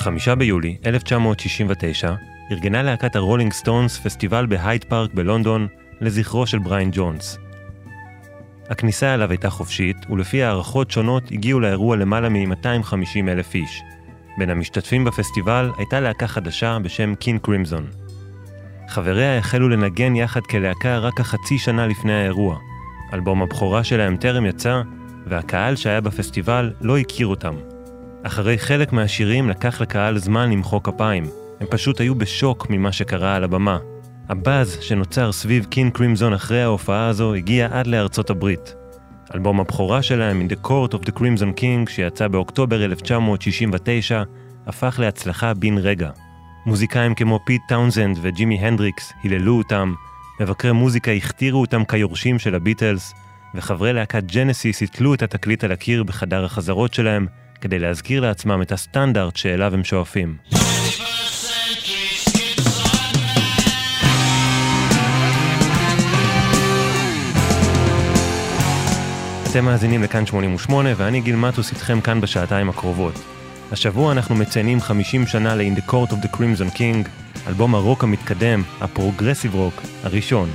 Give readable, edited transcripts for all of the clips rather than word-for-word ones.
ב-5 ביולי 1969 ארגנה להקת הרולינג סטונס פסטיבל בהייד פארק בלונדון לזכרו של בריין ג'ונס. הכניסה אליו הייתה חופשית, ולפי הערכות שונות הגיעו לאירוע למעלה מ-250,000 איש. בין המשתתפים בפסטיבל הייתה להקה חדשה בשם קין קרימזון. חבריה החלו לנגן יחד כלהקה רק כחצי שנה לפני האירוע. אלבום הבכורה שלהם טרם יצא, והקהל שהיה בפסטיבל לא הכיר אותם. אחרי חלק מהשירים לקח לקהל זמן למחוא כפיים. הם פשוט היו בשוק ממה שקרה על הבמה. הבאז שנוצר סביב קין קרימזון אחרי ההופעה הזו הגיע עד לארצות הברית. אלבום הבכורה שלהם, In the Court of the Crimson King, שיצא באוקטובר 1969, הפך להצלחה בן רגע. מוזיקאים כמו פיט טאונזנד וג'ימי הנדריקס היללו אותם, מבקרי מוזיקה הכתירו אותם כיורשים של הביטלס, וחברי להקת ג'נסיס התלו את התקליט על הקיר בחדר החזרות שלהם, כדי להזכיר לעצמם את הסטנדרט שאליו הם שואפים. אתם מאזינים לכאן 88, ואני גיל מטוס איתכם כאן בשעתיים הקרובות. השבוע אנחנו מציינים 50 שנה ל-In the Court of the Crimson King, אלבום הרוק המתקדם, הפרוגרסיב רוק, הראשון.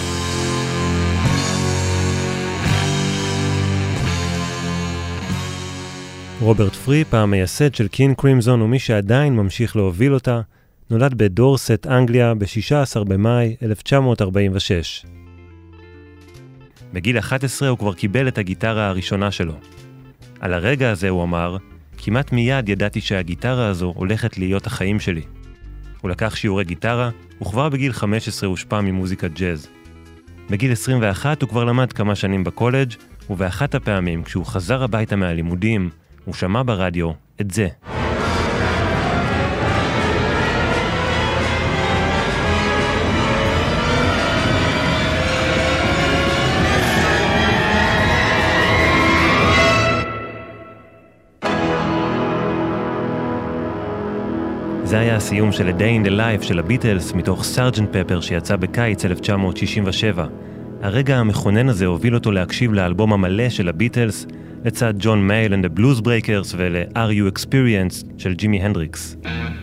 רוברט פריפ, המייסד של קין קרימזון ומי שעדיין ממשיך להוביל אותה, נולד בדורסט, אנגליה, ב-16 במאי 1946. בגיל 11 הוא כבר קיבל את הגיטרה הראשונה שלו. על הרגע הזה הוא אמר, כמעט מיד ידעתי שהגיטרה הזו הולכת להיות החיים שלי. הוא לקח שיעורי גיטרה, וכבר בגיל 15 הושפע ממוזיקת ג'אז. בגיל 21 הוא כבר למד כמה שנים בקולג', ובאחת הפעמים כשהוא חזר הביתה מהלימודים, הוא שמע ברדיו את זה. זה היה הסיום של A Day in the Life של הביטלס מתוך סארג'נט פפר שיצא בקיץ 1967. הרגע המכונן הזה הוביל אותו להקשיב לאלבום המלא של הביטלס לצד ג'ון מייל and the Blues Breakers ול-Are You Experienced של ג'ימי הנדריקס.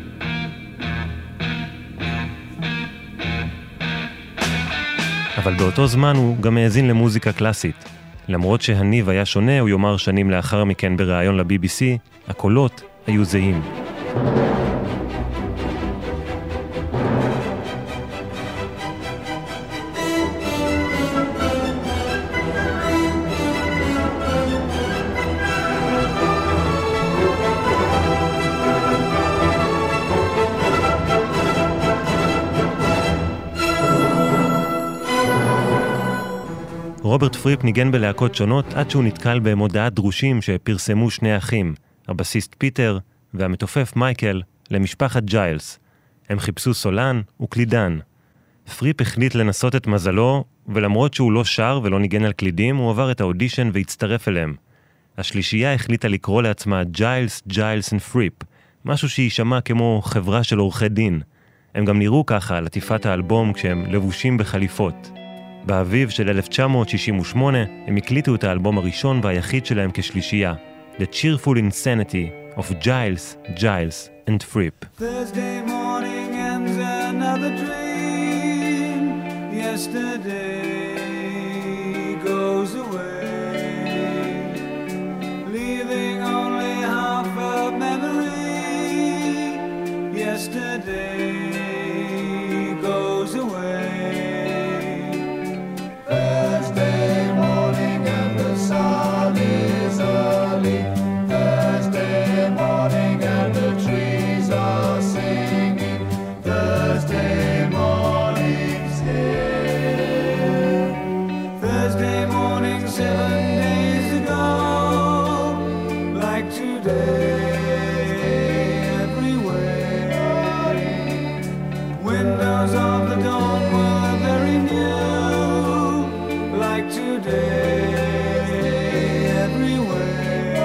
אבל באותו זמן הוא גם האזין למוזיקה קלאסית. למרות שהניב היה שונה, הוא יאמר שנים לאחר מכן בראיון ל-BBC, הקולות היו זהים. רוברט פריפ ניגן בלהקות שונות עד שהוא נתקל במודעת דרושים שפרסמו שני אחים, הבסיסט פיטר והמתופף מייקל, למשפחת ג'יילס. הם חיפשו סולן וקלידן. פריפ החליט לנסות את מזלו, ולמרות שהוא לא שר ולא ניגן על קלידים, הוא עבר את האודישן והצטרף אליהם. השלישייה החליטה לקרוא לעצמה ג'יילס, ג'יילס ופריפ, משהו שישמע כמו חברה של עורכי דין. הם גם נראו ככה על עטיפת האלבום כשהם לבושים בחליפות. באביב של 1968 הם הקליטו את האלבום הראשון והיחיד שלהם כשלישייה, The Cheerful Insanity of Giles, Giles and Fripp. Thursday morning ends another dream. Yesterday goes away, leaving only half a memory. Yesterday goes away. Thursday morning and the sun is early. Thursday morning and the trees are singing. Thursday morning's here. Thursday morning 7 days ago, like today everywhere. Windows of the dawn were very new, like today everywhere.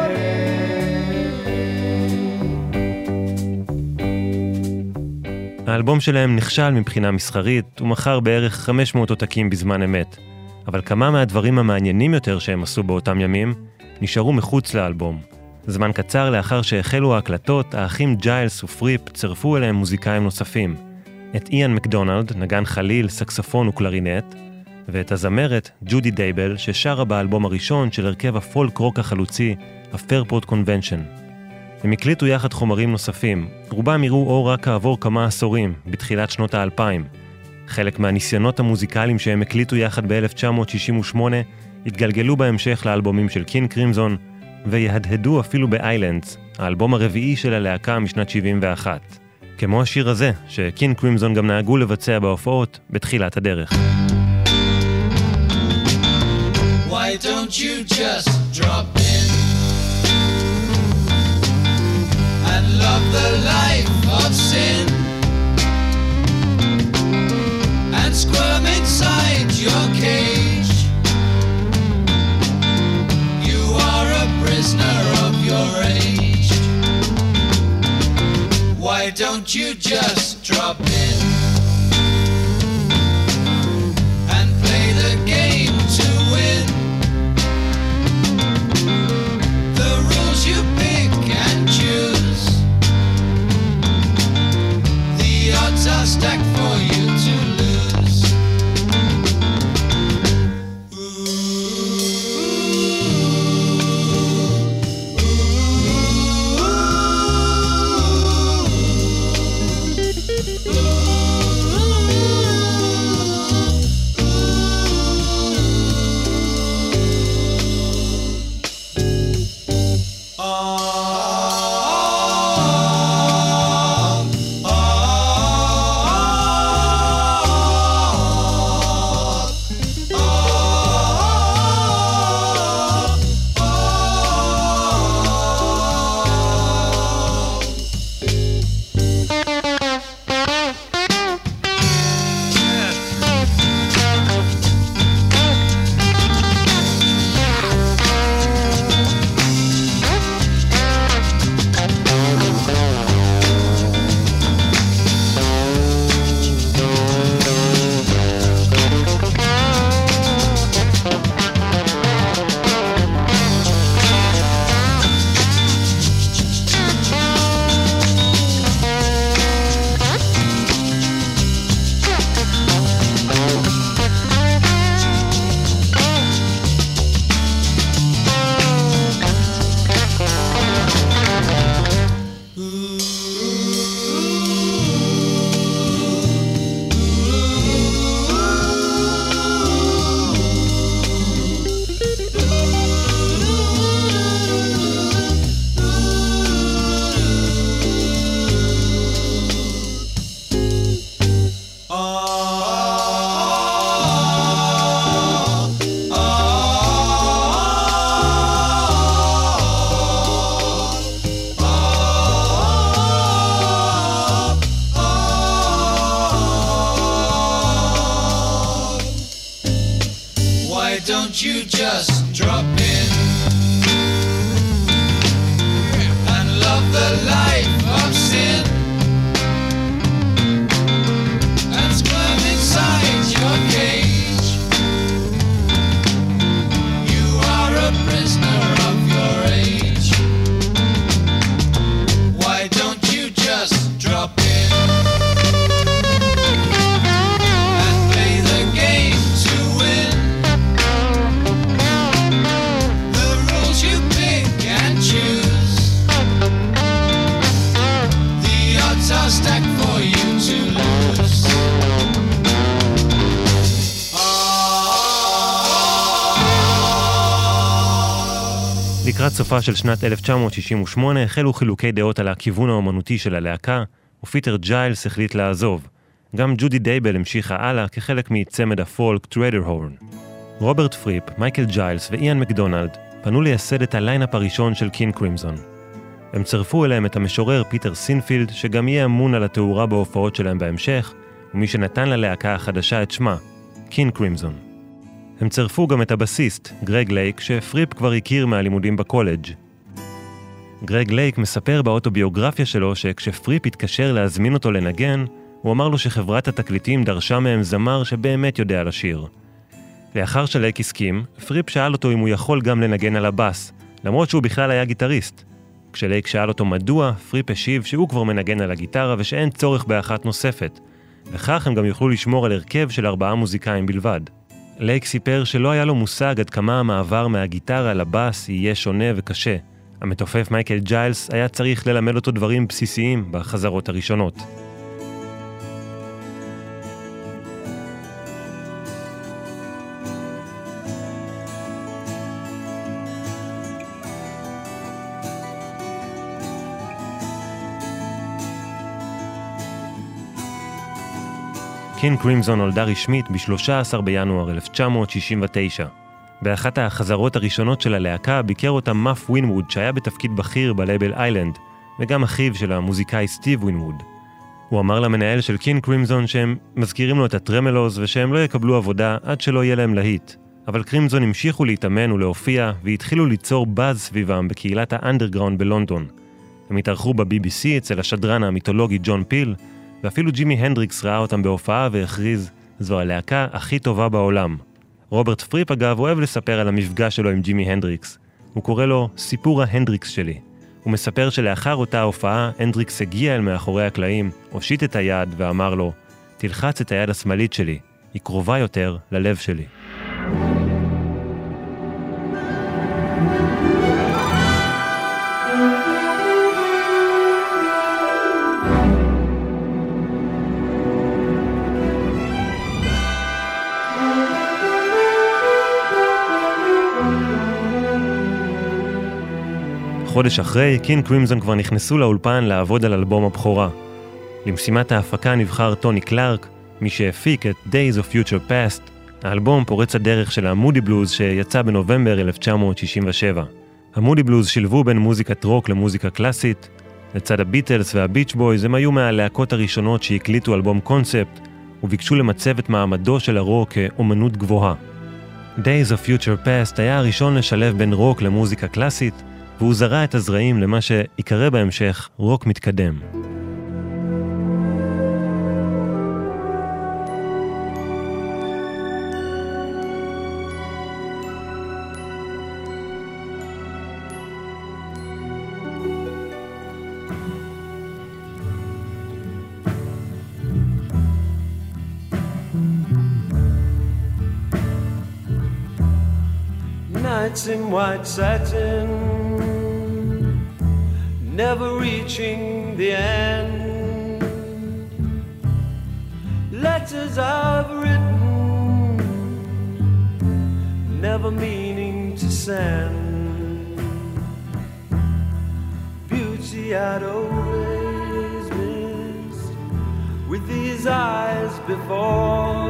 האלבום שלהם נכשל מבחינה מסחרית, הוא מכר בערך 500 עותקים בזמן אמת. אבל כמה מהדברים המעניינים יותר שהם עשו באותם ימים, נשארו מחוץ לאלבום. זמן קצר לאחר שהחלו ההקלטות, האחים ג'יילס ופריפ צירפו אליהם מוזיקאים נוספים. את איאן מקדונלד, נגן חליל, סקסופון וקלרינט, ואת הזמרת ג'ודי דייבל, ששרה באלבום הראשון של הרכב הפולק רוק החלוצי, הפרפורט קונבנשן. הם הקליטו יחד חומרים נוספים, רובם יראו אור רק כעבור כמה עשורים, בתחילת שנות ה-2000. חלק מהניסיונות המוזיקליים שהם הקליטו יחד ב-1968, התגלגלו בהמשך לאלבומים של קין קרימזון, ויהדהדו אפילו באיילנדס, האלבום הרביעי של הלהקה משנת 71. כמו השיר הזה, שקין קרימזון גם נהגו לבצע בהופעות בתחילת הדרך. Why don't you just drop in and love the life of sin and squirm inside your cage? You are a prisoner of your age. Why don't you just drop in and play the game to win? The rules you pick and choose, the odds are stacked for you to lose. Don't you just drop in and love the life of sin and squirm inside your cage? You are a prisoner of your age. Why don't you just drop in and play the game to win? Stack for you to lose. לקראת סופה של שנת 1968 החלו חילוקי דעות על הכיוון האומנותי של הלהקה, ופיטר ג'יילס החליט לעזוב. גם ג'ודי דייבל המשיכה הלאה כחלק מצמד הפולק טריידר הורן. רוברט פריפ, מייקל ג'יילס ואיאן מקדונלד פנו לייסד את הליינאפ הראשון של קין קרימזון. הם צרפו אליהם את המשורר פיטר סינפילד, שגם יהיה אמון על התאורה בהופעות שלהם בהמשך, ומי שנתן ללהקה החדשה את שמה, קין קרימזון. הם צרפו גם את הבסיסט, גרג לייק, שפריפ כבר הכיר מהלימודים בקולג'. גרג לייק מספר באוטוביוגרפיה שלו שכשפריפ התקשר להזמין אותו לנגן, הוא אמר לו שחברת התקליטים דרשה מהם זמר שבאמת יודע לשיר. לאחר שלייק הסכים, פריפ שאל אותו אם הוא יכול גם לנגן על הבאס, למרות שהוא בכלל היה גיטריסט, כשלייק שאל אותו מדוע, פריפ השיב שהוא כבר מנגן על הגיטרה ושאין צורך באחת נוספת, וכך הם גם יוכלו לשמור על הרכב של 4 מוזיקאים בלבד. לייק סיפר שלא היה לו מושג עד כמה המעבר מהגיטרה לבאס יהיה שונה וקשה. המתופף מייקל ג'יילס היה צריך ללמד אותו דברים בסיסיים בחזרות הראשונות. קין קרימזון נולדה רשמית ב-13 בינואר 1969. באחת החזרות הראשונות של הלהקה ביקר אותה מאף ווינווד שהיה בתפקיד בכיר בלייבל איילנד, וגם אחיו של המוזיקאי סטיב ווינווד. הוא אמר למנהל של קין קרימזון שהם מזכירים לו את הטרמלוז ושהם לא יקבלו עבודה עד שלא יהיה להם להיט. אבל קרימזון המשיכו להתאמן ולהופיע והתחילו ליצור באז סביבם בקהילת האנדרגראונד בלונדון. הם התארחו ב-BBC אצל השדרן המיתולוגי ג'ון פיל, ואפילו ג'ימי הנדריקס ראה אותם בהופעה והכריז, זו הלהקה הכי טובה בעולם. רוברט פריפ אגב אוהב לספר על המפגש שלו עם ג'ימי הנדריקס. הוא קורא לו סיפור ההנדריקס שלי. הוא מספר שלאחר אותה הופעה, הנדריקס הגיע אל מאחורי הקלעים, הושיט את היד ואמר לו, תלחץ את היד השמאלית שלי, היא קרובה יותר ללב שלי. חודש אחרי, קין קרימזון כבר נכנסו לאולפן לעבוד על אלבום הבכורה. למשימת ההפקה נבחר טוני קלארק, מי שהפיק את Days of Future Past, האלבום פורץ הדרך של המודי בלוז שיצא בנובמבר 1967. המודי בלוז שילבו בין מוזיקת רוק למוזיקה קלאסית. לצד הביטלס והביץ' בויז הם היו מהלהקות הראשונות שהקליטו אלבום קונספט, וביקשו למצב את מעמדו של הרוק כאומנות גבוהה. Days of Future Past היה הראשון לשלב בין רוק למוזיקה קלאסית, והוא זרע את הזרעים למה שיקרא בהמשך רוק מתקדם. Nights in white satin, never reaching the end. Letters I've written, never meaning to send. Beauty I'd always missed with these eyes before.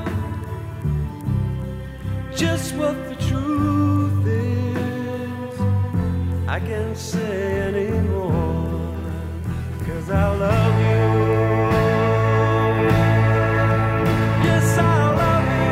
Just what the truth is, I can't say anymore, 'cause I love you. Yes, I love you.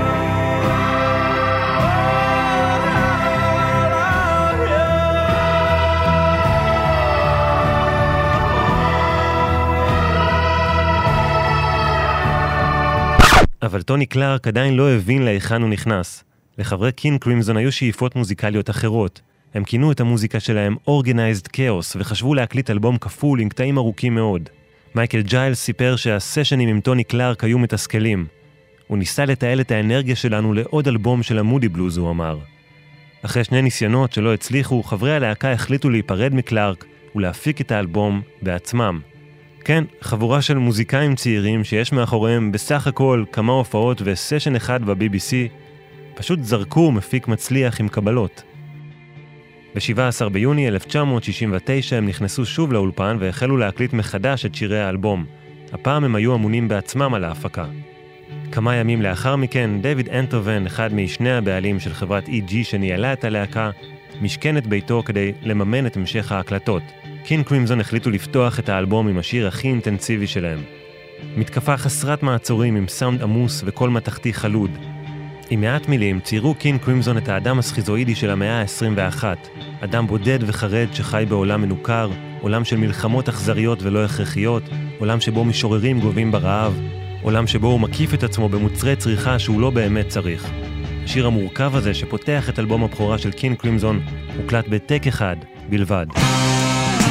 אבל טוני קלארק עדיין לא הבין להיכן הוא נכנס. לחברי קין קרימזון היו שאיפות מוזיקליות אחרות. הם כינו את המוזיקה שלהם Organized Chaos וחשבו להקליט אלבום כפול עם קטעים ארוכים מאוד. מייקל ג'יילס סיפר שהסשנים עם טוני קלארק היו מתסכלים. הוא ניסה לתעל את האנרגיה שלנו לעוד אלבום של המודי בלוז, הוא אמר. אחרי 2 ניסיונות שלא הצליחו, חברי הלהקה החליטו להיפרד מקלארק ולהפיק את האלבום בעצמם. כן, חבורה של מוזיקאים צעירים שיש מאחוריהם בסך הכל כמה הופעות וסשן אחד ב-BBC, פשוט זרקו מפיק מצליח עם קבלות. ב-17 ביוני 1969 הם נכנסו שוב לאולפן והחלו להקליט מחדש את שירי האלבום. הפעם הם היו אמונים בעצמם על ההפקה. כמה ימים לאחר מכן, דיוויד אנטובן, אחד משני הבעלים של חברת EG שניהלה את הלהקה, משכן את ביתו כדי לממן את המשך ההקלטות. קין קרימזון החליטו לפתוח את האלבום עם השיר הכי אינטנסיבי שלהם. מתקפה חסרת מעצורים עם סאונד עמוס וקול מתכתי חלוד. עם מעט מילים ציירו קין קרימזון את האדם הסכיזואידי של המאה ה-21, אדם בודד וחרד שחי בעולם מנוכר, עולם של מלחמות אכזריות ולא הכרחיות, עולם שבו משוררים גובים ברעב, עולם שבו הוא מקיף את עצמו במוצרי צריכה שהוא לא באמת צריך. השיר המורכב הזה שפותח את אלבום הבכורה של קין קרימזון הוקלט בטק אחד בלבד.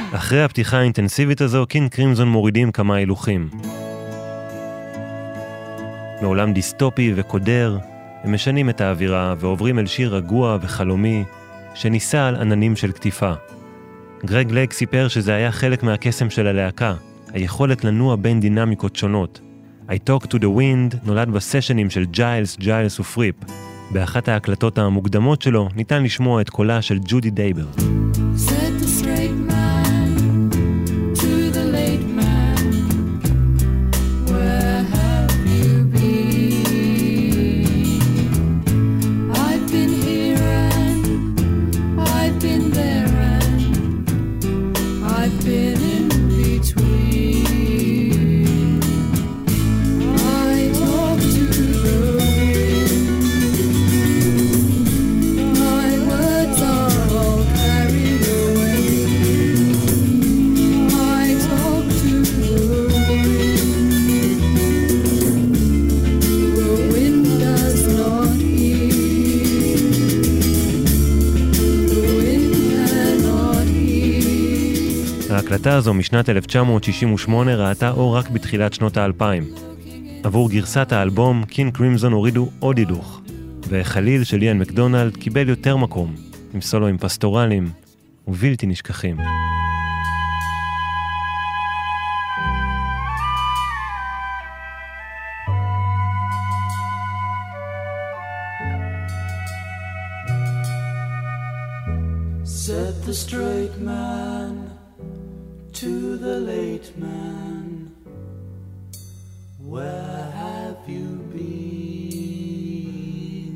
אחרי הפתיחה האינטנסיבית הזו, קינג קרימזון מורידים כמה הילוכים. מעולם דיסטופי וקודר, הם משנים את האווירה ועוברים אל שיר רגוע וחלומי, שניסה על עננים של כתיפה. גרג לייק סיפר שזה היה חלק מהקסם של הלהקה, היכולת לנוע בין דינמיקות שונות. I Talk to the Wind נולד בסשנים של ג'יילס ופריפ. באחת ההקלטות המוקדמות שלו ניתן לשמוע את קולה של ג'ודי דייבר. ההקלטה הזו משנת 1968 ראתה אור רק בתחילת שנות ה-2000. עבור גרסת האלבום, קינג קרימזון הורידו עוד הידוך, וחליל של איאן מקדונלד קיבל יותר מקום, עם סולואים פסטורליים ובלתי נשכחים. Said the straight man to the late man, where have you been?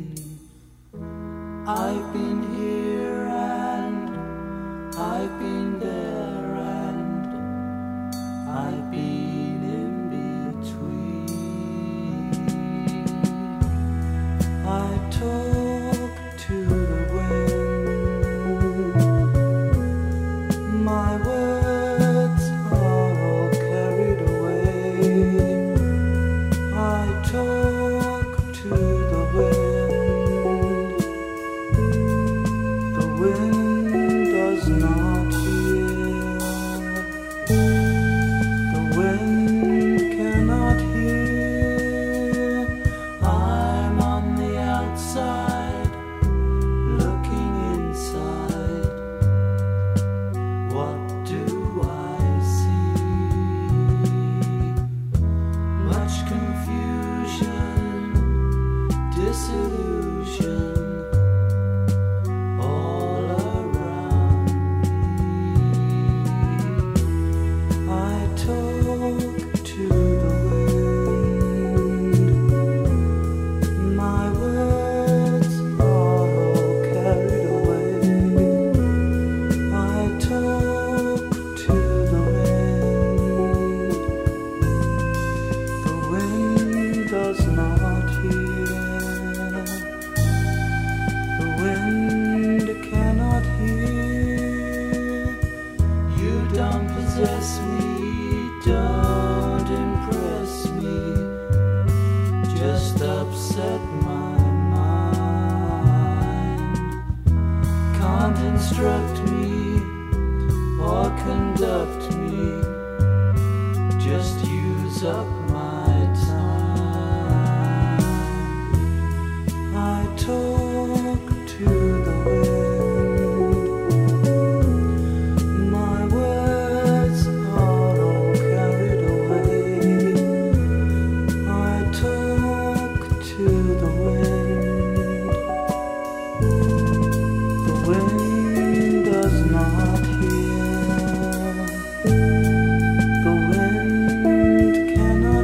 I've been here and I've been there and I've been in between. I talk to the wind, my words are all carried away. I talk to the wind does not hear, the wind cannot hear. I'm on the outside, looking inside. What do I see? Much confusion, disillusion, all around me. I talk to the wind, my words are all carried away. I talk to the wind does not hear, the wind cannot hear. You don't possess me, don't impress me, just upset my mind. Can't instruct me or conduct me, just use up my time. I talk to the wind, my words are all carried away. I talk to the wind does not hear, the wind cannot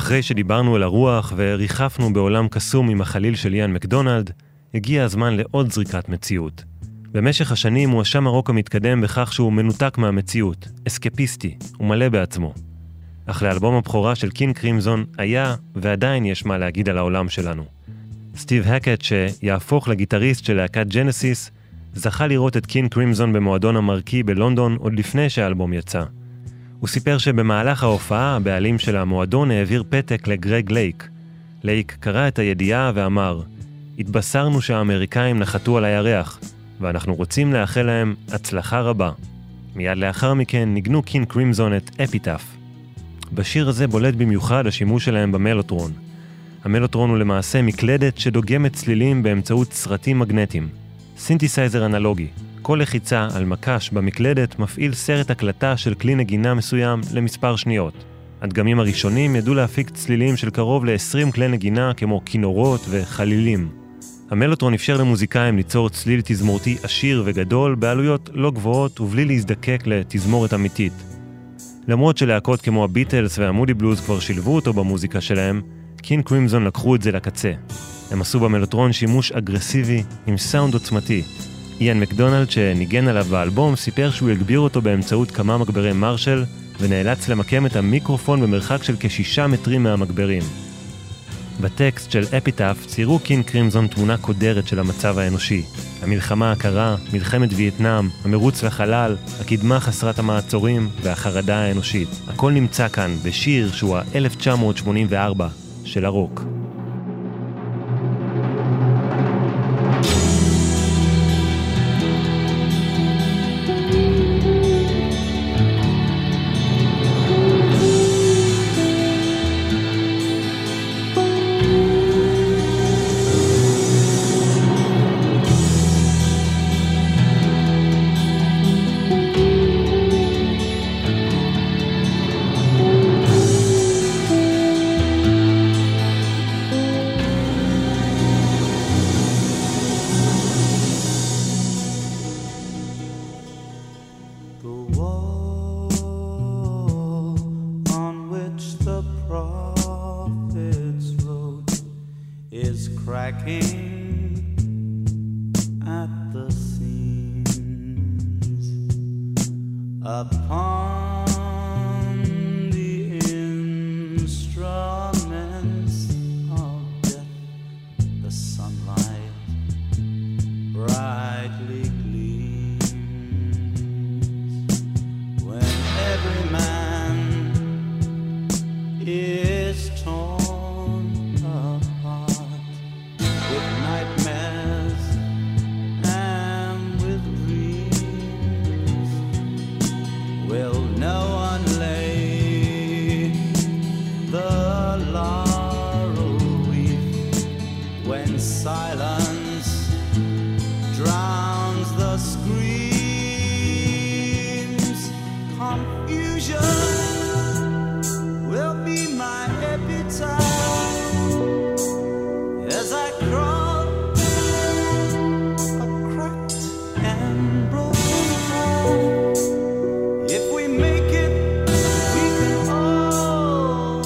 אחרי שדיברנו על הרוח וריחפנו בעולם קסום עם החליל של איאן מקדונלד, הגיע הזמן לעוד זריקת מציאות. במשך השנים הואשם הרוק המתקדם בכך שהוא מנותק מהמציאות, אסקפיסטי ומלא בעצמו. אך לאלבום הבכורה של קינג קרימזון היה ועדיין יש מה להגיד על העולם שלנו. סטיב הקט, שיהפוך לגיטריסט של להקת ג'נסיס, זכה לראות את קינג קרימזון במועדון המרקי בלונדון עוד לפני שהאלבום יצא. הוא סיפר שבמהלך ההופעה הבעלים של המועדון העביר פתק לגרג לייק. לייק קרא את הידיעה ואמר, התבשרנו שהאמריקאים נחתו על הירח, ואנחנו רוצים לאחל להם הצלחה רבה. מיד לאחר מכן ניגנו קינג קרימזון את אפיטף. בשיר הזה בולט במיוחד השימוש שלהם במלוטרון. המלוטרון הוא למעשה מקלדת שדוגמת צלילים באמצעות סרטים מגנטיים. סינתסייזר אנלוגי. כל לחיצה על מקש במקלדת מפעיל סרט הקלטה של כלי נגינה מסוים למספר שניות. הדגמים הראשונים ידעו להפיק צלילים של קרוב ל-20 כלי נגינה כמו כינורות וחלילים. המלוטרון אפשר למוזיקאים ליצור צליל תזמורתי עשיר וגדול בעלויות לא גבוהות ובלי להזדקק לתזמורת אמיתית. למרות שלהקות כמו הביטלס והמודי בלוז כבר שילבו אותו במוזיקה שלהם, קינג קרימזון לקחו את זה לקצה. הם עשו במלוטרון שימוש אגרסיבי עם סאונד עוצמתי. איאן מקדונלד שניגן עליו באלבום סיפר שהוא יגביר אותו באמצעות כמה מגברי מרשל ונאלץ למקם את המיקרופון במרחק של כ6 מטרים מהמגברים. בטקסט של אפיטף ציירו קינג קרימזון תמונה קודרת של המצב האנושי. המלחמה הקרה, מלחמת וייטנאם, המרוץ לחלל, הקדמה חסרת המעצורים והחרדה האנושית. הכל נמצא כאן בשיר שהוא ה-1984 של הרוק.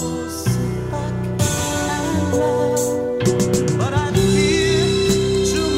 But I feel too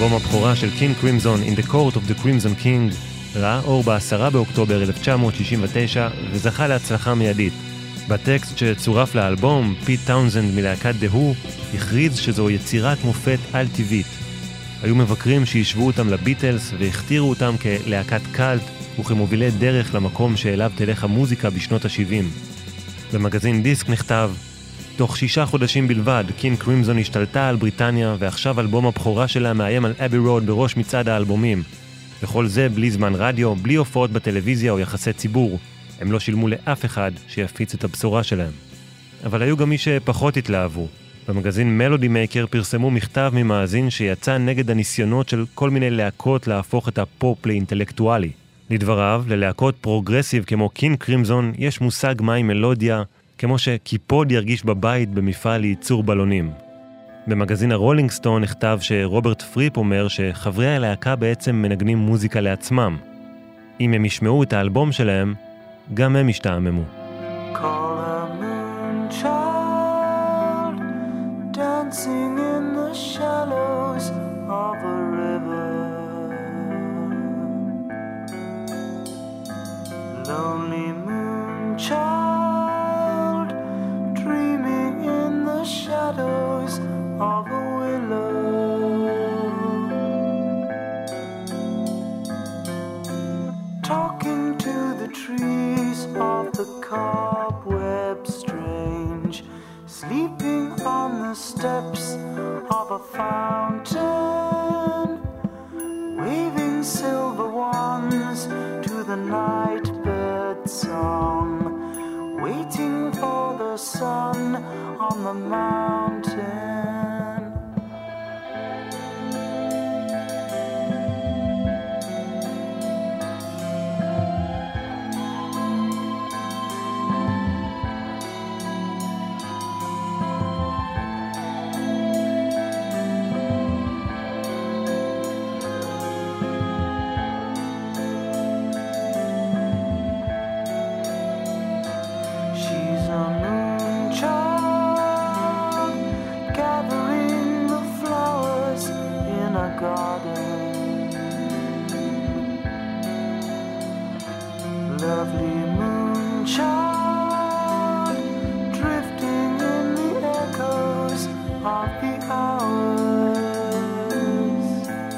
אלבום הבכורה של קינג קרימזון, In the Court of the Crimson King, ראה אור ב10 באוקטובר 1969 וזכה להצלחה מיידית. בטקסט שצורף לאלבום, פיט טאונזנד מלהקת The Who הכריז שזו יצירת מופת על-טבעית. היו מבקרים שישבו אותם לביטלס והכתירו אותם כלהקת קלט וכמובילי דרך למקום שאליו תלך המוזיקה בשנות ה-70. במגזין דיסק נכתב, תוך 6 חודשים בלבד, קינג קרימזון השתלטה על בריטניה ועכשיו אלבום הבכורה שלה מאיים על אבי רוד בראש מצעד האלבומים. וכל זה בלי זמן רדיו, בלי הופעות בטלוויזיה או יחסי ציבור. הם לא שילמו לאף אחד שיפיץ את הבשורה שלהם. אבל היו גם מי שפחות התלהבו. במגזין מלודי מייקר פרסמו מכתב ממאזין שיצא נגד הניסיונות של כל מיני להקות להפוך את הפופ לאינטלקטואלי. לדבריו, ללהקות פרוגרסיב כמו קינג קרימזון יש מושג מהי מלודיה, כמו שקיפוד ירגיש בבית במפעל לייצור בלונים. במגזין הרולינג סטון נכתב שרוברט פריפ אומר שחברי הלהקה בעצם מנגנים מוזיקה לעצמם. אם הם ישמעו את האלבום שלהם, גם הם ישתעממו. Call a moon child dancing in the shallows of a river. Lonely moon child dreaming in the shadows of a willow. Talking to the trees of the cobweb strange, sleeping on the steps of a fountain, waving silver wands to the night bird's song, waiting for the sun on the mountain. Lovely moon child drifting in the echoes of the hours,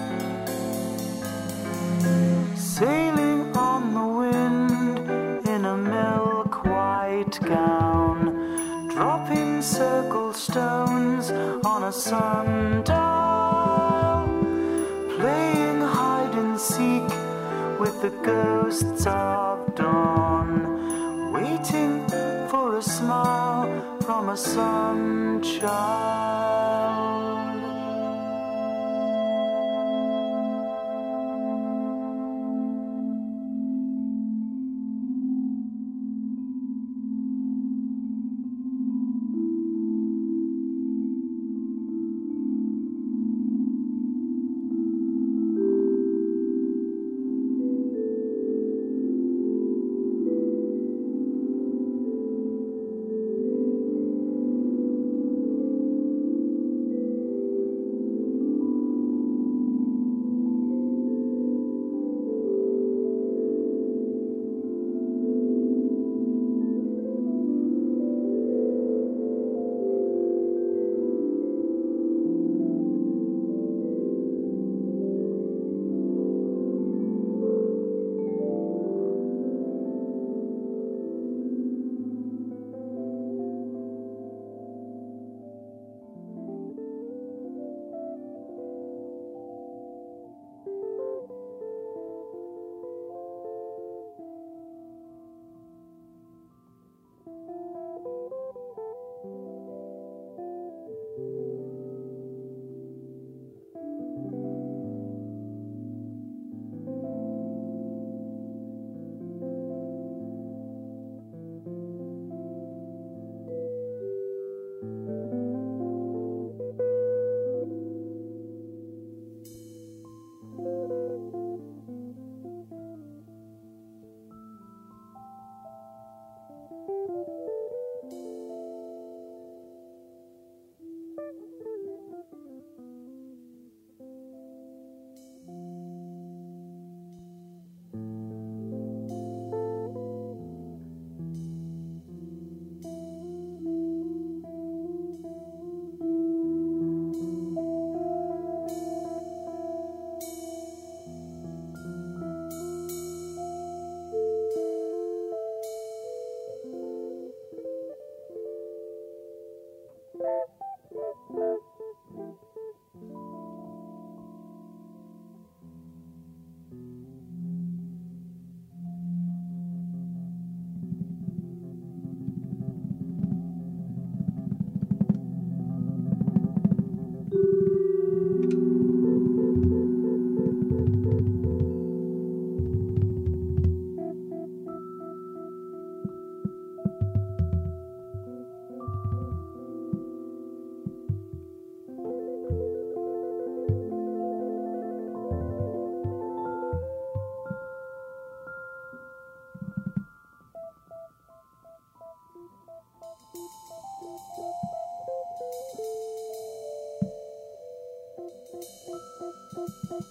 sailing on the wind in a milk white gown, dropping circle stones on a sundial, playing hide and seek with the ghosts of dawn, waiting for a smile from a sun child.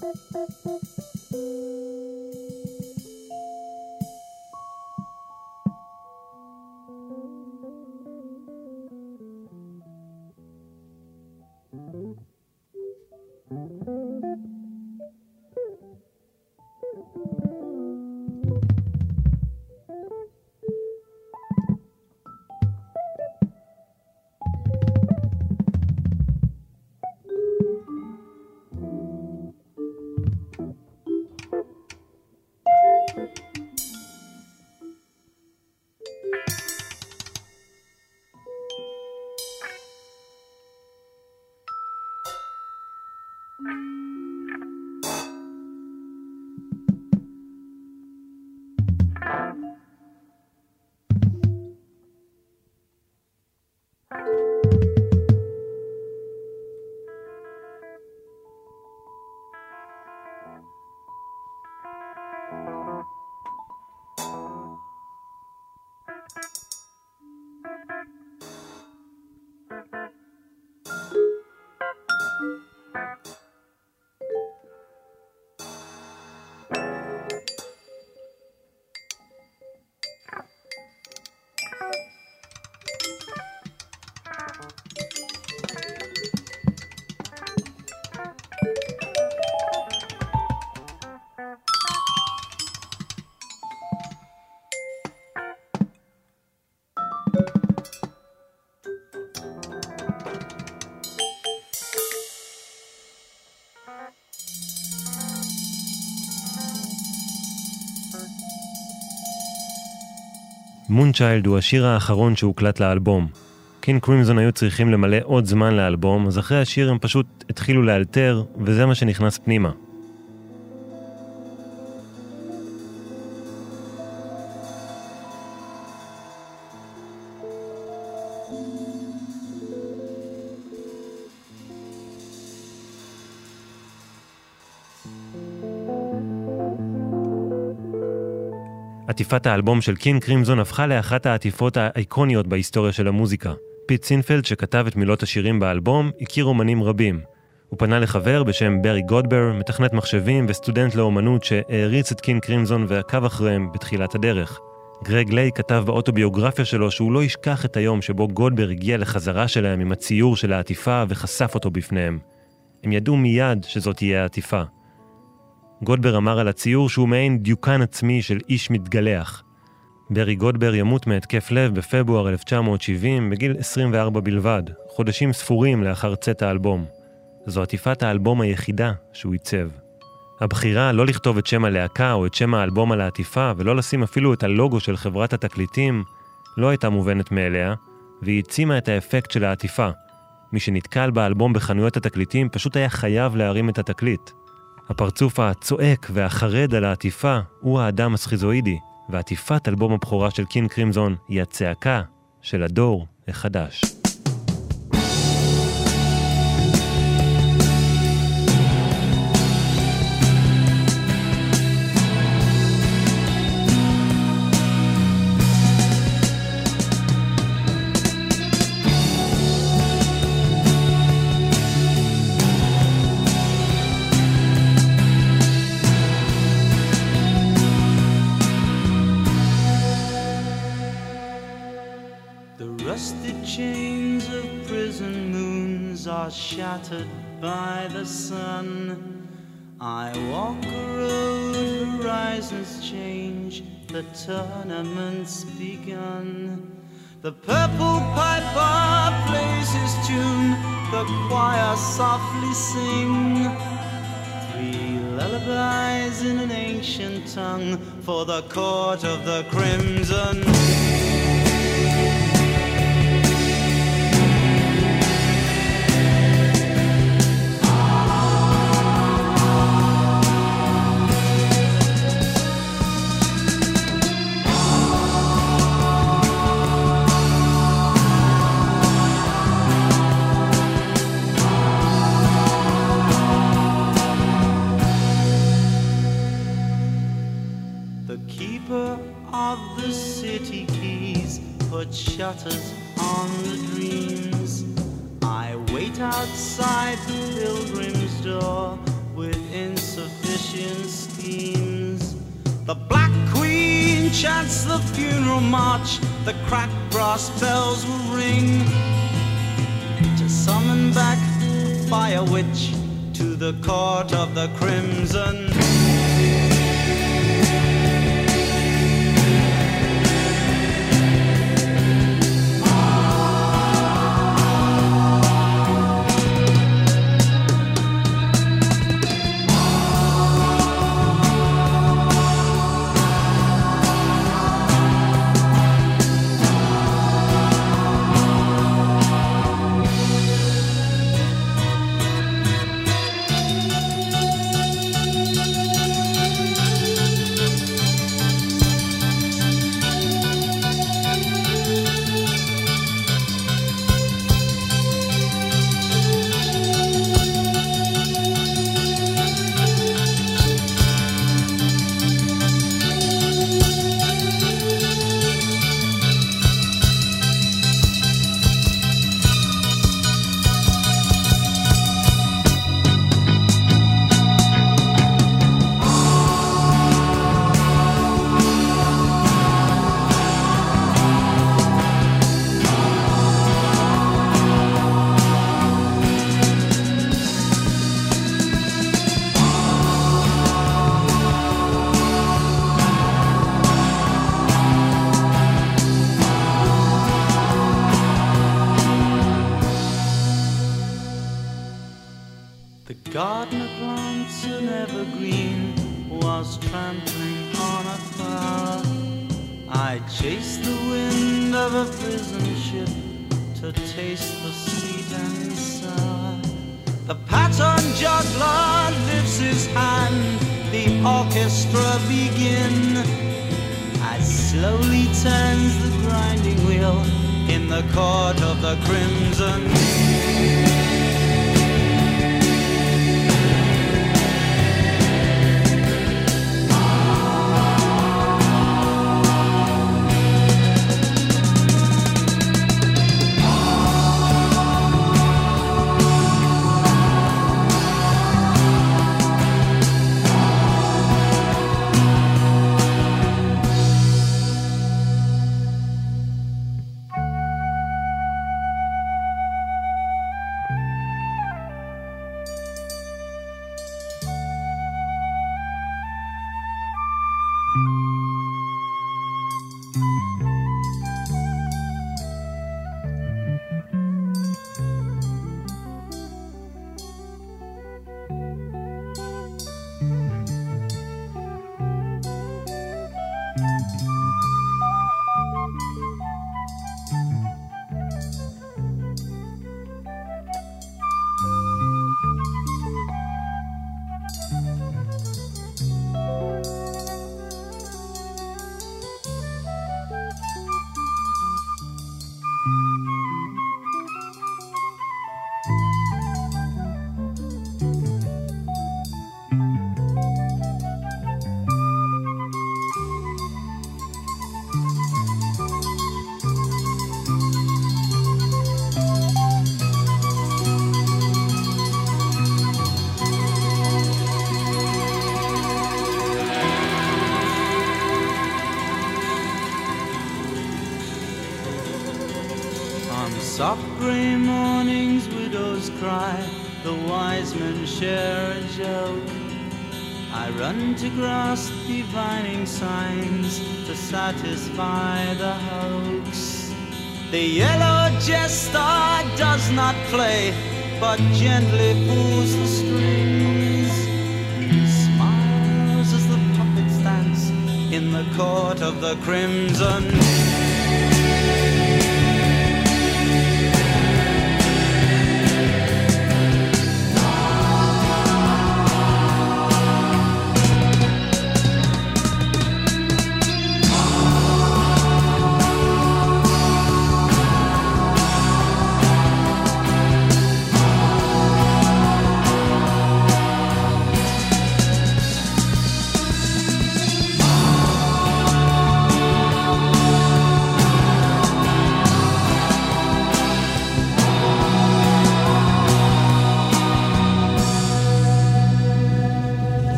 מונצ'יילד הוא השיר האחרון שהוקלט לאלבום. קינג קרימזון היו צריכים למלא עוד זמן לאלבום, אז אחרי השיר הם פשוט התחילו לאלתר, וזה מה שנכנס פנימה. עטיפת האלבום של קינג קרימזון הפכה לאחת העטיפות האיקוניות בהיסטוריה של המוזיקה. פיט סינפלד, שכתב את מילות השירים באלבום, הכיר אומנים רבים. הוא פנה לחבר בשם ברי גודבר, מתכנת מחשבים וסטודנט לאומנות שהעריץ את קינג קרימזון ועקב אחריהם בתחילת הדרך. גרג ליי כתב באוטוביוגרפיה שלו שהוא לא ישכח את היום שבו גודבר הגיע לחזרה שלהם עם הציור של העטיפה וחשף אותו בפניהם. הם ידעו מיד שזאת תהיה העטיפה. גודבר אמר על הציור שהוא מעין דיוקן עצמי של איש מתגלח. ברי גודבר ימות מהתקף לב בפברואר 1970 בגיל 24 בלבד, חודשים ספורים לאחר צאת האלבום. זו עטיפת האלבום היחידה שהוא ייצב. הבחירה לא לכתוב את שם הלהקה או את שם האלבום על העטיפה ולא לשים אפילו את הלוגו של חברת התקליטים לא הייתה מובנת מאליה, והיא הצימה את האפקט של העטיפה. מי שנתקל באלבום בחנויות התקליטים פשוט היה חייב להרים את התקליט. הפרצוף הצועק והחרד על העטיפה הוא האדם הסכיזואידי, ועטיפת אלבום הבכורה של קינג קרימזון היא הצעקה של הדור החדש. Shattered by the sun, I walk a road, horizons change, the tournament's begun. The purple piper plays his tune, the choir softly sing. 3 lullabies in an ancient tongue for the court of the crimson. Shutters on the dreams. I wait outside the pilgrim's door with sufficient schemes. The Black Queen chants the funeral march, the cracked brass bells will ring to summon back Fire Witch to the court of the Crimson. Gardener plants an evergreen was trampling on a flower. I chased the wind of a prison ship to taste the sweet and sour. The pattern juggler lifts his hand, the orchestra begin. As slowly turns the grinding wheel in the court of the Crimson. Soft grey mornings widows cry, the wise men share a joke. I run to grasp divining signs to satisfy the hoax. The yellow jester does not play, but gently pulls the strings. He smiles as the puppets dance in the court of the Crimson.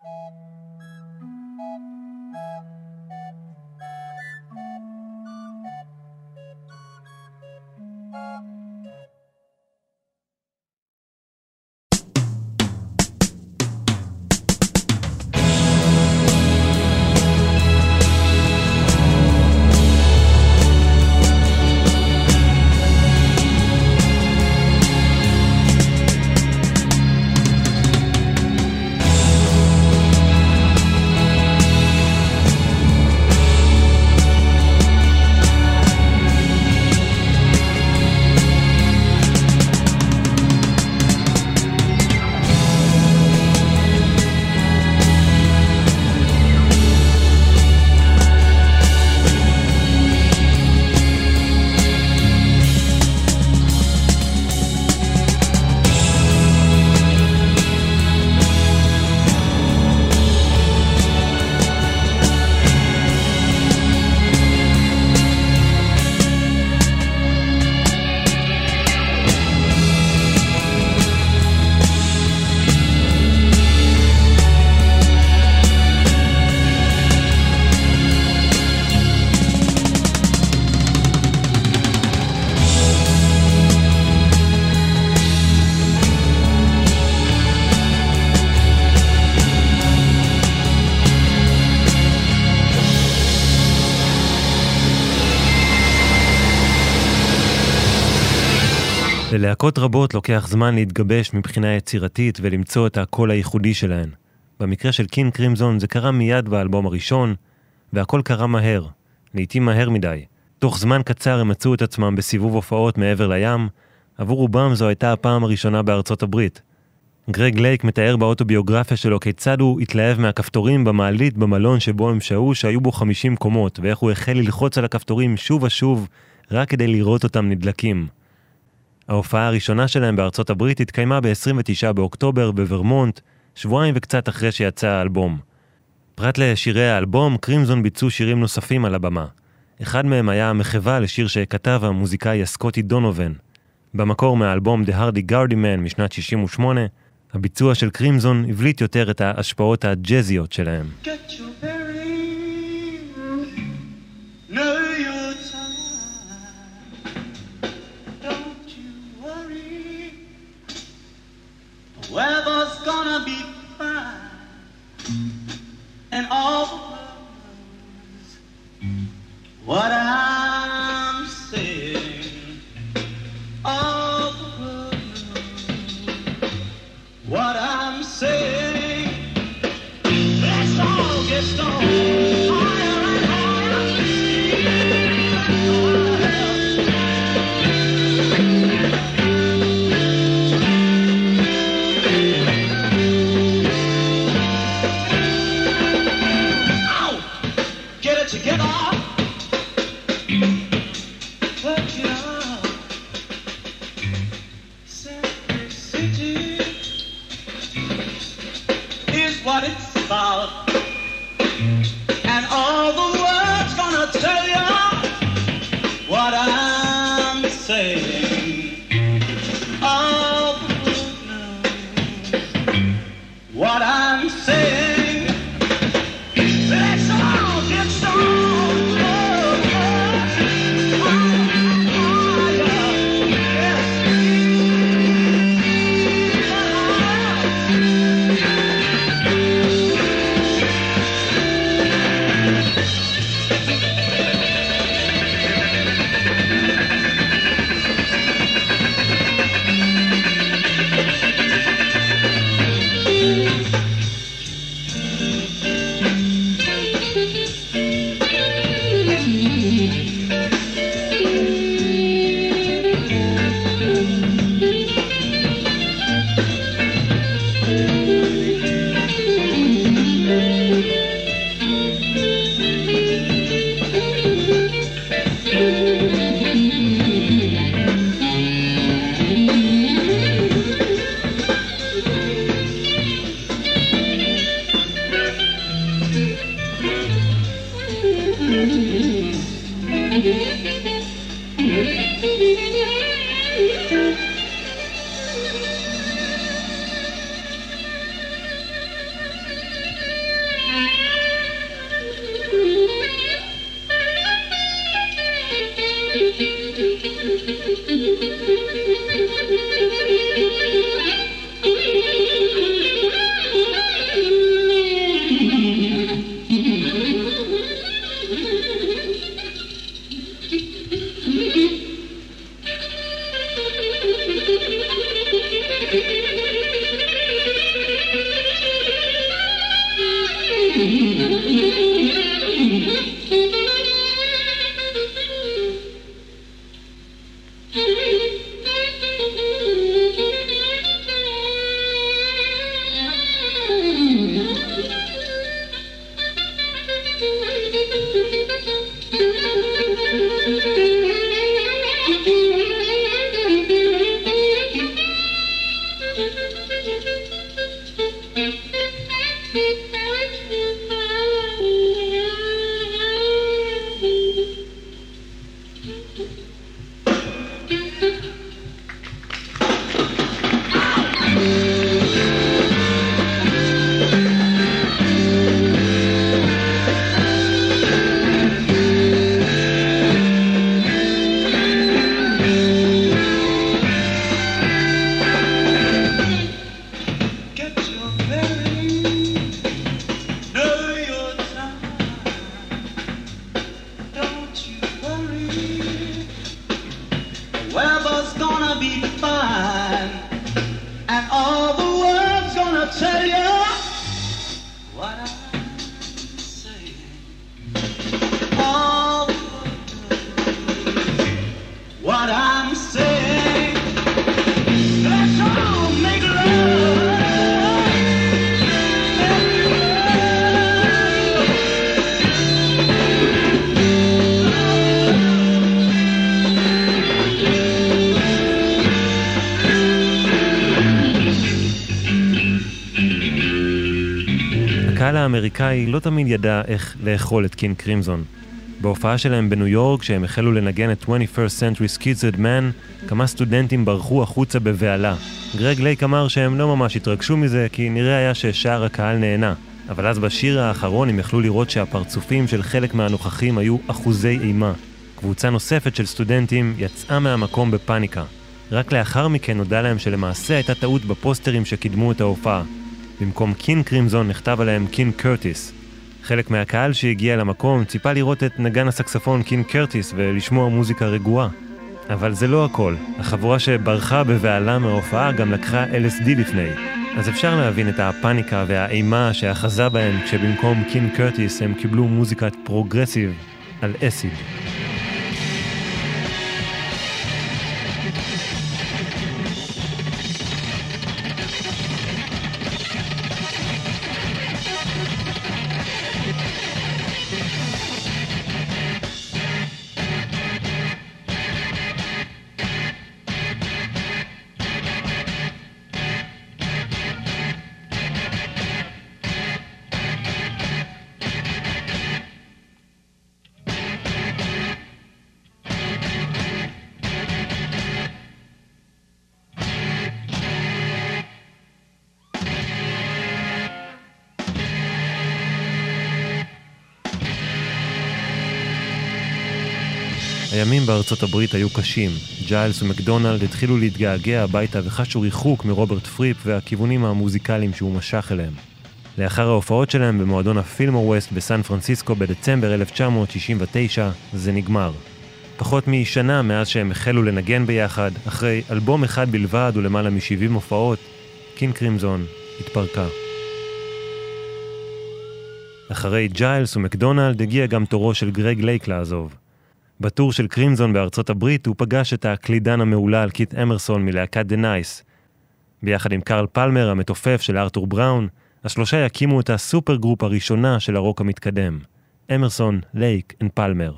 ללהקות רבות לוקח זמן להתגבש מבחינה יצירתית ולמצוא את הקול הייחודי שלהן. במקרה של קינג קרימזון זה קרה מיד באלבום הראשון, והכל קרה מהר, לעתים מהר מדי. תוך זמן קצר הם מצאו את עצמם בסיבוב הופעות מעבר לים, עבור רובם זו הייתה הפעם הראשונה בארצות הברית. גרג לייק מתאר באוטוביוגרפיה שלו כיצד הוא התלהב מהכפתורים במעלית במלון שבו הם שהו שהיו בו 50 קומות, ואיך הוא החל ללחוץ על הכפתורים שוב ושוב רק כדי לראות אותם נדלקים. ההופעה הראשונה שלהם בארצות הברית התקיימה ב-29 באוקטובר בוורמונט, שבועיים וקצת אחרי שיצא האלבום. פרט לשירי האלבום, קרימזון ביצעו שירים נוספים על הבמה. אחד מהם היה המחווה לשיר שכתב המוזיקאי הסקוטי דונובן. במקור מהאלבום The Hardy Gardy Man משנת 68, הביצוע של קרימזון הבליט יותר את ההשפעות הג'זיות שלהם. Weather's gonna be fine, and all the world knows what I'm saying. All the world knows what I'm saying. Let's all get stoned, higher and higher. Together, work it out. Simplicity is what it's about, and all the world's gonna tell you what I'm saying. All the world knows what I'm saying. הקהל האמריקאי לא תמיד ידע איך לאכול את קינג קרימזון. בהופעה שלהם בניו יורק, שהם החלו לנגן את 21st Century Schizoid Man, כמה סטודנטים ברחו החוצה בבעלה. גרג לייק אמר שהם לא ממש התרגשו מזה, כי נראה היה ששאר הקהל נהנה. אבל אז בשיר האחרון הם יכלו לראות שהפרצופים של חלק מהנוכחים היו אחוזי אימה. קבוצה נוספת של סטודנטים יצאה מהמקום בפאניקה. רק לאחר מכן נודע להם שלמעשה הייתה טעות בפוסטרים שקידמו את ההופעה. במקום קינג קרימזון נכתב עליהם קינג קרטיס. חלק מהקהל שהגיע למקום ציפה לראות את נגן הסקספון קינג קרטיס ולשמוע מוזיקה רגועה. אבל זה לא הכל. החבורה שברחה בבעלה מההופעה גם לקחה LSD לפני. אז אפשר להבין את הפאניקה והאימה שאחזה בהם כשבמקום קינג קרטיס הם קיבלו מוזיקת פרוגרסיב על אסיד. הימים בארצות הברית היו קשים. ג'יילס ומקדונלד התחילו להתגעגע הביתה וחשו ריחוק מרוברט פריפ והכיוונים המוזיקליים שהוא משך אליהם. לאחר ההופעות שלהם במועדון הפילמור ווסט בסן פרנסיסקו בדצמבר 1969, זה נגמר. פחות משנה מאז שהם החלו לנגן ביחד, אחרי אלבום אחד בלבד ולמעלה מ-70 הופעות, קינג קרימזון התפרקה. אחרי ג'יילס ומקדונלד הגיע גם תורו של גרג לייק לעזוב. בטור של קרימזון בארצות הברית הוא פגש את הקלידן המעולל קית' אמרסון מלהקת The Nice. ביחד עם קרל פלמר המתופף של ארתור בראון, השלושה יקימו את הסופר גרופ הראשונה של הרוק המתקדם. אמרסון, לייק ופלמר.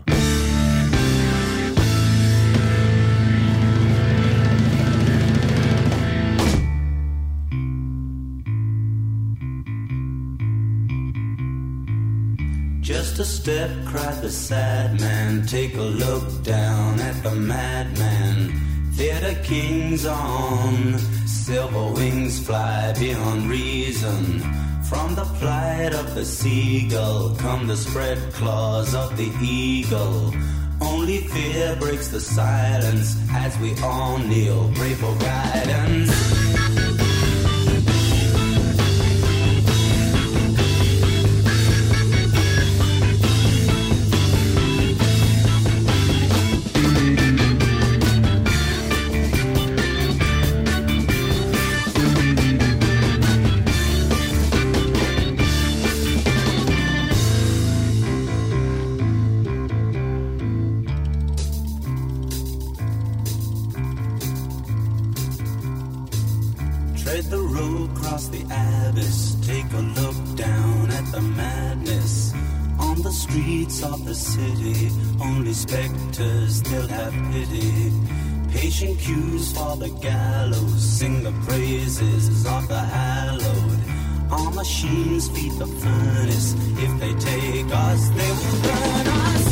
Just a step, cried the sad man. Take a look down at the madman. Theater kings on silver wings fly beyond reason. From the flight of the seagull come the spread claws of the eagle. Only fear breaks the silence as we all kneel, pray for guidance. across the abyss, take a look down at the madness. On the streets of the city, only specters still have pity. Patient queues for the gallows, sing the praises of the hallowed. Our machines feed the furnace, if they take us, they will burn us.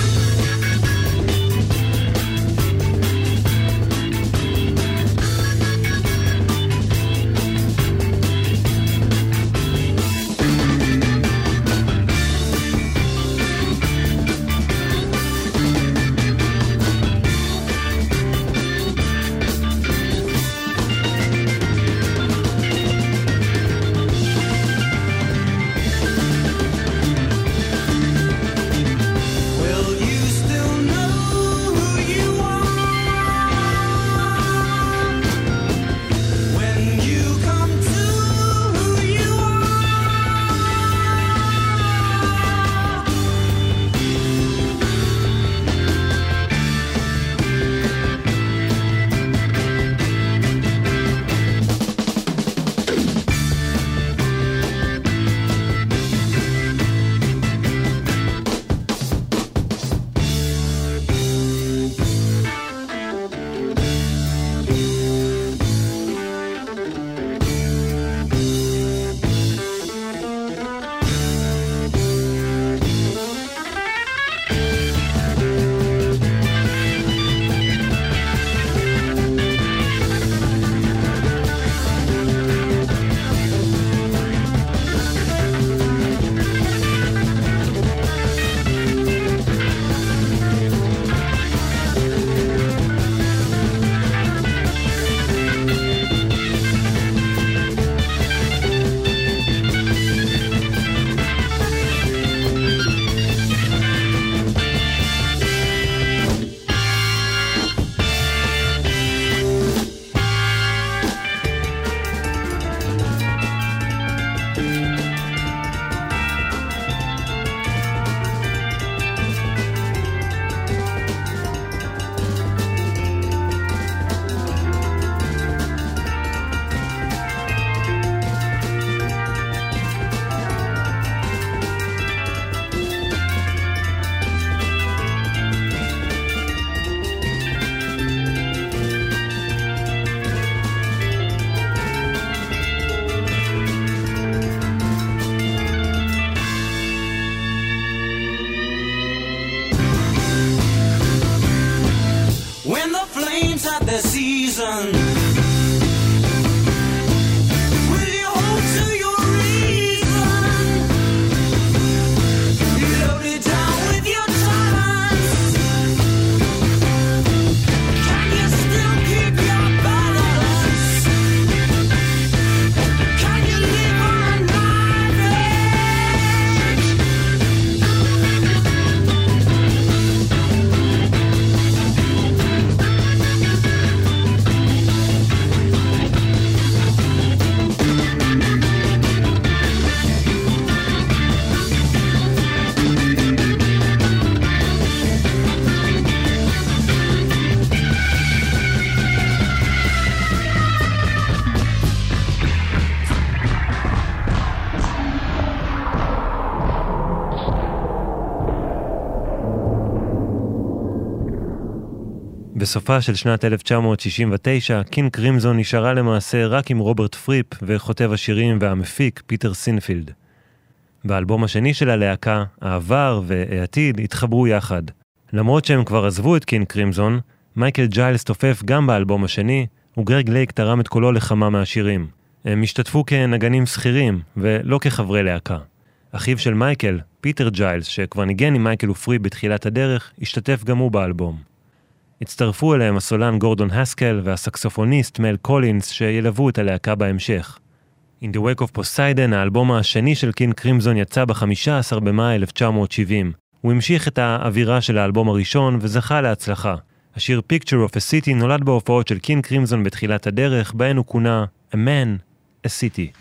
Their season. Will you hold to your reason? Load it down with your talents. Can you still keep your balance? Can you live on a knife edge? בסופה של שנת 1969, קינג קרימזון נשארה למעשה רק עם רוברט פריפ וכותב השירים והמפיק פיטר סינפילד. באלבום השני של הלהקה, העבר והעתיד התחברו יחד. למרות שהם כבר עזבו את קינג קרימזון, מייקל ג'יילס תופף גם באלבום השני, וגרג לייק תרם את קולו לכמה מהשירים. הם השתתפו כנגנים שכירים ולא כחברי להקה. אחיו של מייקל, פיטר ג'יילס, שכבר ניגן עם מייקל ופריפ בתחילת הדרך, השתתף גם הוא באלבום. הצטרפו אליהם הסולן גורדון הסקל והסקסופוניסט מל קולינס שילוו את הלהקה בהמשך. In the Wake of Poseidon, האלבום השני של קינג קרימזון, יצא ב-15 במאי 1970. הוא המשיך את האווירה של האלבום הראשון וזכה להצלחה. השיר Picture of a City נולד בהופעות של קינג קרימזון בתחילת הדרך, בהן הוא כונה A Man, a City.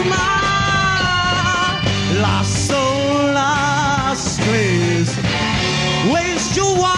smile. Las solas, please waste your while.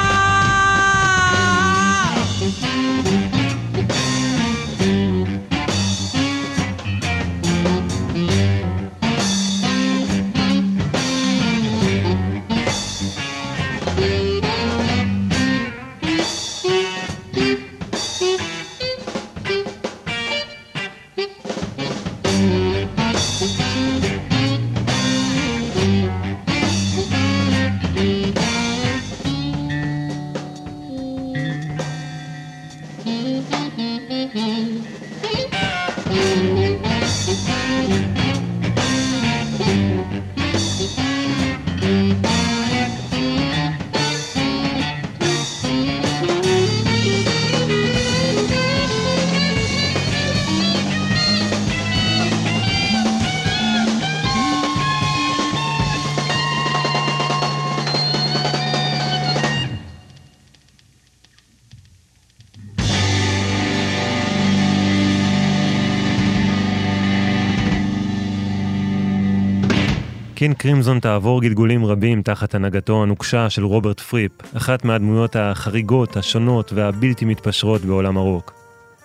קינג קרימזון תעבור גלגולים רבים תחת הנהגתו הנוקשה של רוברט פריפ, אחת מהדמויות החריגות, השונות והבלתי מתפשרות בעולם הרוק.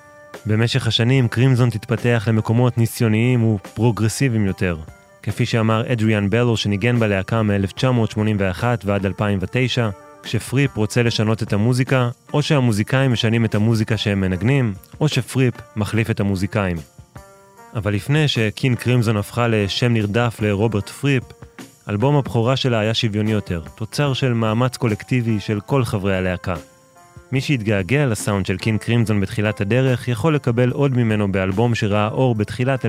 במשך השנים קרימזון תתפתח למקומות ניסיוניים ופרוגרסיביים יותר, כפי שאמר אדריאן בלו שניגן בלהקה מ-1981 ועד 2009, כשפריפ רוצה לשנות את המוזיקה, או שהמוזיקאים משנים את המוזיקה שהם מנגנים, או שפריפ מחליף את המוזיקאים. אבל לפני שקינג קרימזון הפכה לשם נרדף לרוברט פריפ, אלבום הבכורה שלה היה שוויוני יותר, תוצר של מאמץ קולקטיבי של כל חברי הלהקה. מי שהתגעגע לסאונד של קינג קרימזון בתחילת הדרך יכול לקבל עוד ממנו באלבום שראה אור בתחילת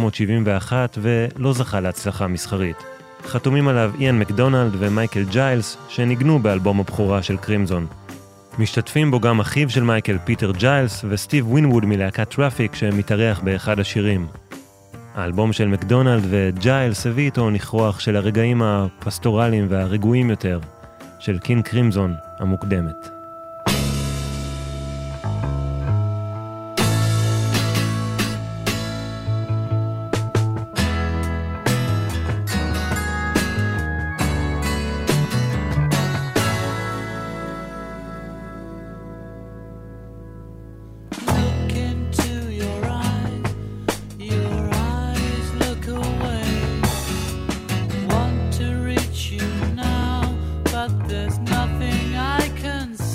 1971 ולא זכה להצלחה מסחרית. חתומים עליו איאן מקדונלד ומייקל ג'יילס שניגנו באלבום הבכורה של קרימזון. משתתפים בו גם אחיו של מייקל, פיטר ג'יילס, וסטיב ווינווד מלהקת טראפיק שמתארח באחד השירים. האלבום של מקדונלד וג'יילס הביא איתו ניחוח של הרגעים הפסטורליים והרגועים יותר של קינג קרימזון המוקדמת. There's nothing I can say.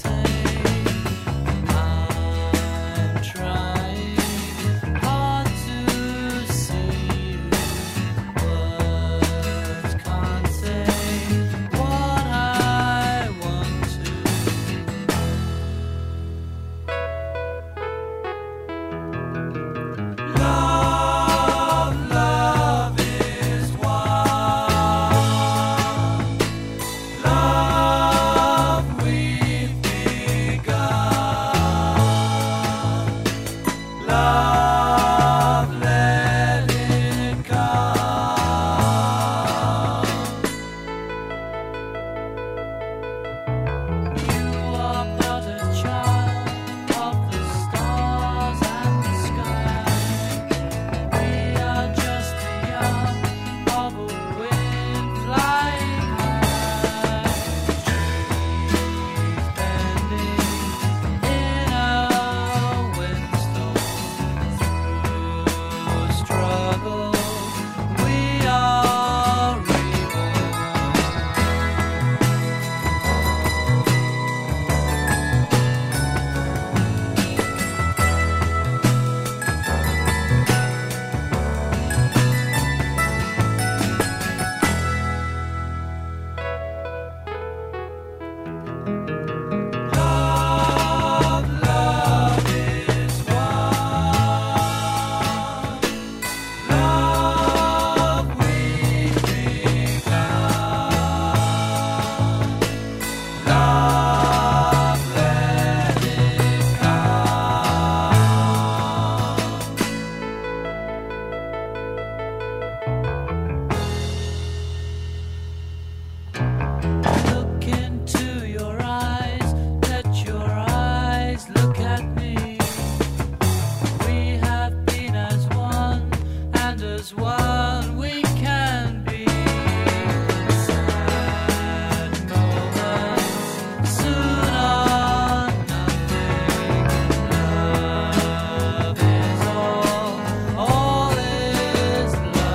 what we can be. Sad moments soon are nothing. Love is all is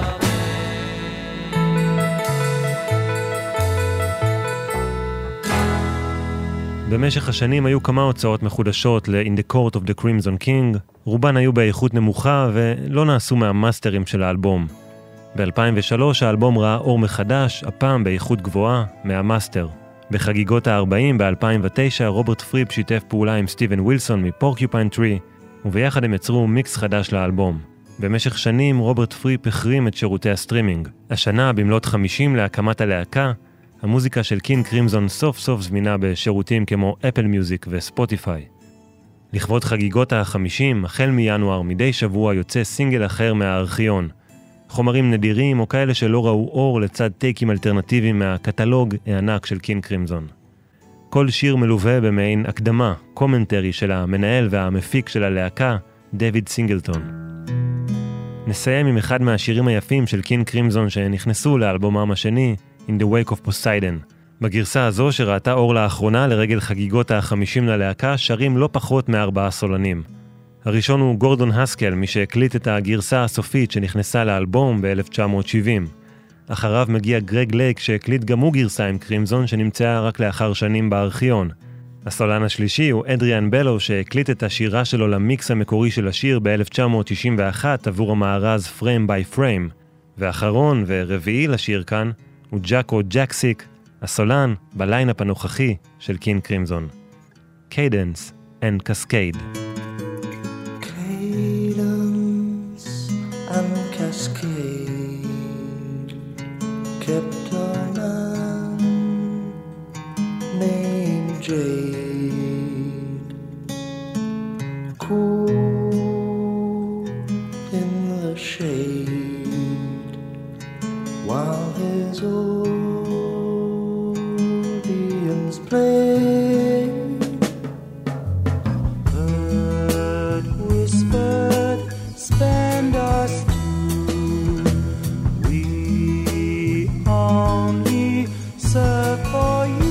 loving. במשך השנים היו כמה הוצאות מחודשות ל-In the Court of the Crimson King, רובן היו באיכות נמוכה ולא נעשו מהמאסטרים של האלבום. ב-2003 האלבום ראה אור מחדש, הפעם באיכות גבוהה, מהמאסטר. בחגיגות ה-40 ב-2009 רוברט פריפ שיתף פעולה עם סטיבן ווילסון מפורקיופיין טרי, וביחד הם יצרו מיקס חדש לאלבום. במשך שנים רוברט פריפ החרים את שירותי הסטרימינג. השנה, במלאת 50 להקמת הלהקה, המוזיקה של קינג קרימזון סוף סוף זמינה בשירותים כמו אפל מיוזיק וספוטיפיי. לכבוד חגיגות ה-50, החל מינואר מדי שבוע יוצא סינגל אחר מהארכיון. חומרים נדירים או כאלה שלא ראו אור לצד טייקים אלטרנטיביים מהקטלוג הענק של קינג קרימזון. כל שיר מלווה במעין הקדמה, קומנטרי של המנהל והמפיק של הלהקה, דויד סינגלטון. נסיים עם אחד מהשירים היפים של קינג קרימזון שנכנסו לאלבומם השני, In the Wake of Poseidon. בגרסה הזו שראתה אור לאחרונה לרגל חגיגות ה-50 ללהקה, שרים לא פחות מ4 סולנים. הראשון הוא גורדון הסקל, מי שהקליט את הגרסה הסופית שנכנסה לאלבום ב-1970. אחריו מגיע גרג לייק שהקליט גם הוא גרסה עם קרימזון שנמצאה רק לאחר שנים בארכיון. הסולן השלישי הוא אדריאן בלו שהקליט את השירה שלו למיקס המקורי של השיר ב-1991 עבור המארז Frame by Frame. ואחרון ורביעי לשיר כאן הוא ג'אקו ג'קסיק, הסולן בליינאפ הנוכחי של קינג קרימזון. Cadence and Cascade. Cadence and cascade kept a man named Jade, cool in the shade, while his audience played. Bird whispered, spend us two. We only serve for you.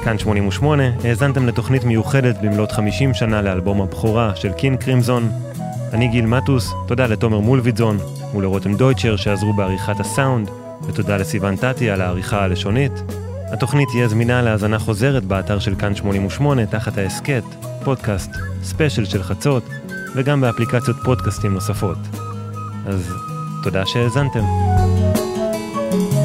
כאן 88, האזנתם לתוכנית מיוחדת במלאת 50 שנה לאלבום הבכורה של קינג קרימזון. אני גיל מטוס, תודה לתומר מולביטזון ולרותם דויטשר שעזרו בעריכת הסאונד, ותודה לסיוון טטי על העריכה הלשונית. התוכנית תהיה זמינה להאזנה חוזרת באתר של כאן 88 תחת העסקט, פודקאסט, ספיישל של חצות, וגם באפליקציות פודקאסטים נוספות. אז תודה שהאזנתם.